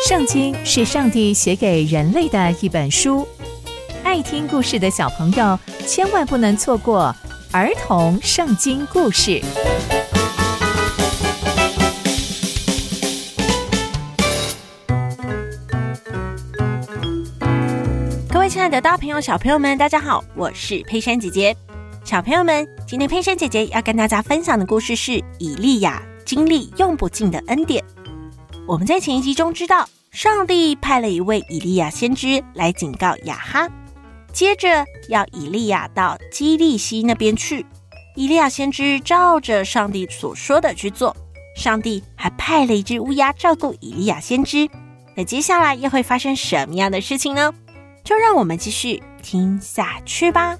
圣经是上帝写给人类的一本书，爱听故事的小朋友千万不能错过儿童圣经故事。 各位亲爱的大朋友小朋友们，大家好，我是佩珊姐姐。小朋友们，今天佩珊姐姐要跟大家分享的故事是以利亚经历用不尽的恩典。我们在前一集中知道，上帝派了一位以利亚先知来警告亚哈，接着要以利亚到基利西那边去。以利亚先知照着上帝所说的去做，上帝还派了一只乌鸦照顾以利亚先知。那接下来又会发生什么样的事情呢？就让我们继续听下去吧。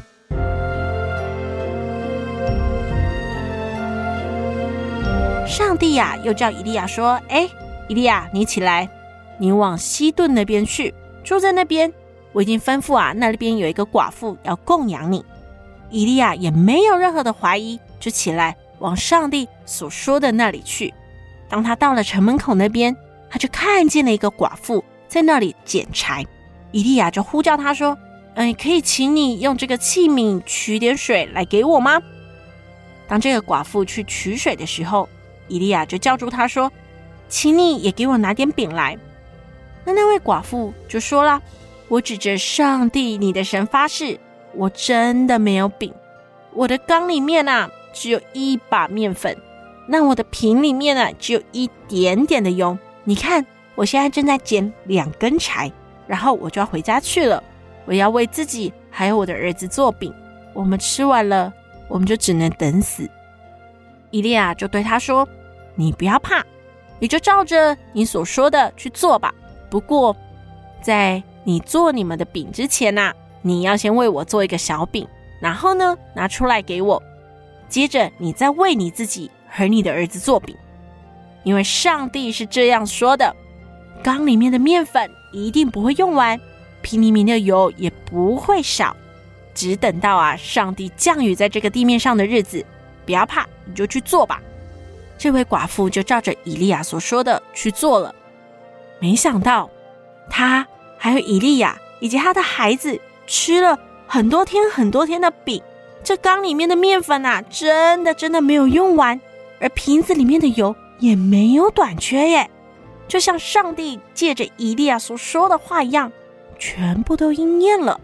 上帝呀，又叫以利亚说：以利亚，你起来，你往西顿那边去，住在那边。我已经吩咐那边有一个寡妇要供养你。以利亚也没有任何的怀疑，就起来往上帝所说的那里去。当他到了城门口那边，他就看见了一个寡妇在那里捡柴。以利亚就呼叫他说：可以请你用这个器皿取点水来给我吗？当这个寡妇去取水的时候，以利亚就叫住他说：请你也给我拿点饼来。那位寡妇就说了：我指着上帝你的神发誓，我真的没有饼，我的缸里面只有一把面粉，那我的瓶里面只有一点点的油。你看我现在正在捡2根柴，然后我就要回家去了，我要为自己还有我的儿子做饼，我们吃完了，我们就只能等死。以利亚就对他说：你不要怕，你就照着你所说的去做吧。不过在你做你们的饼之前你要先为我做一个小饼，然后呢拿出来给我，接着你再为你自己和你的儿子做饼。因为上帝是这样说的：缸里面的面粉一定不会用完，瓶里面的油也不会少，只等到上帝降雨在这个地面上的日子。不要怕，你就去做吧。这位寡妇就照着以利亚所说的去做了。没想到他还有以利亚以及他的孩子吃了很多天的饼，这缸里面的面粉真的没有用完，而瓶子里面的油也没有短缺耶。就像上帝借着以利亚所说的话一样，全部都应验了。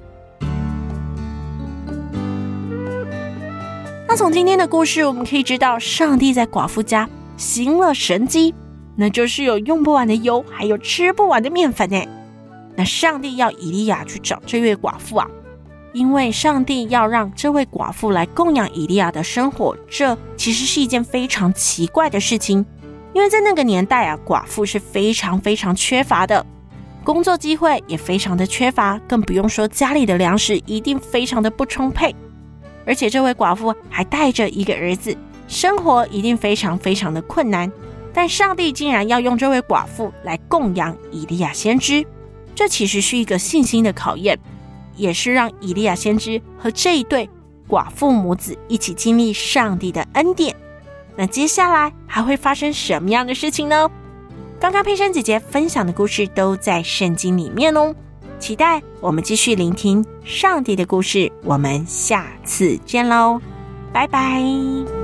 那从今天的故事我们可以知道，上帝在寡妇家行了神迹，那就是有用不完的油，还有吃不完的面粉耶。那上帝要以利亚去找这位寡妇因为上帝要让这位寡妇来供养以利亚的生活，这其实是一件非常奇怪的事情。因为在那个年代寡妇是非常非常缺乏的，工作机会也非常的缺乏，更不用说家里的粮食一定非常的不充沛。而且这位寡妇还带着一个儿子，生活一定非常非常的困难。但上帝竟然要用这位寡妇来供养以利亚先知，这其实是一个信心的考验，也是让以利亚先知和这一对寡妇母子一起经历上帝的恩典。那接下来还会发生什么样的事情呢？刚刚佩珊姐姐分享的故事都在圣经里面哦，期待我们继续聆听上帝的故事。我们下次见咯，拜拜。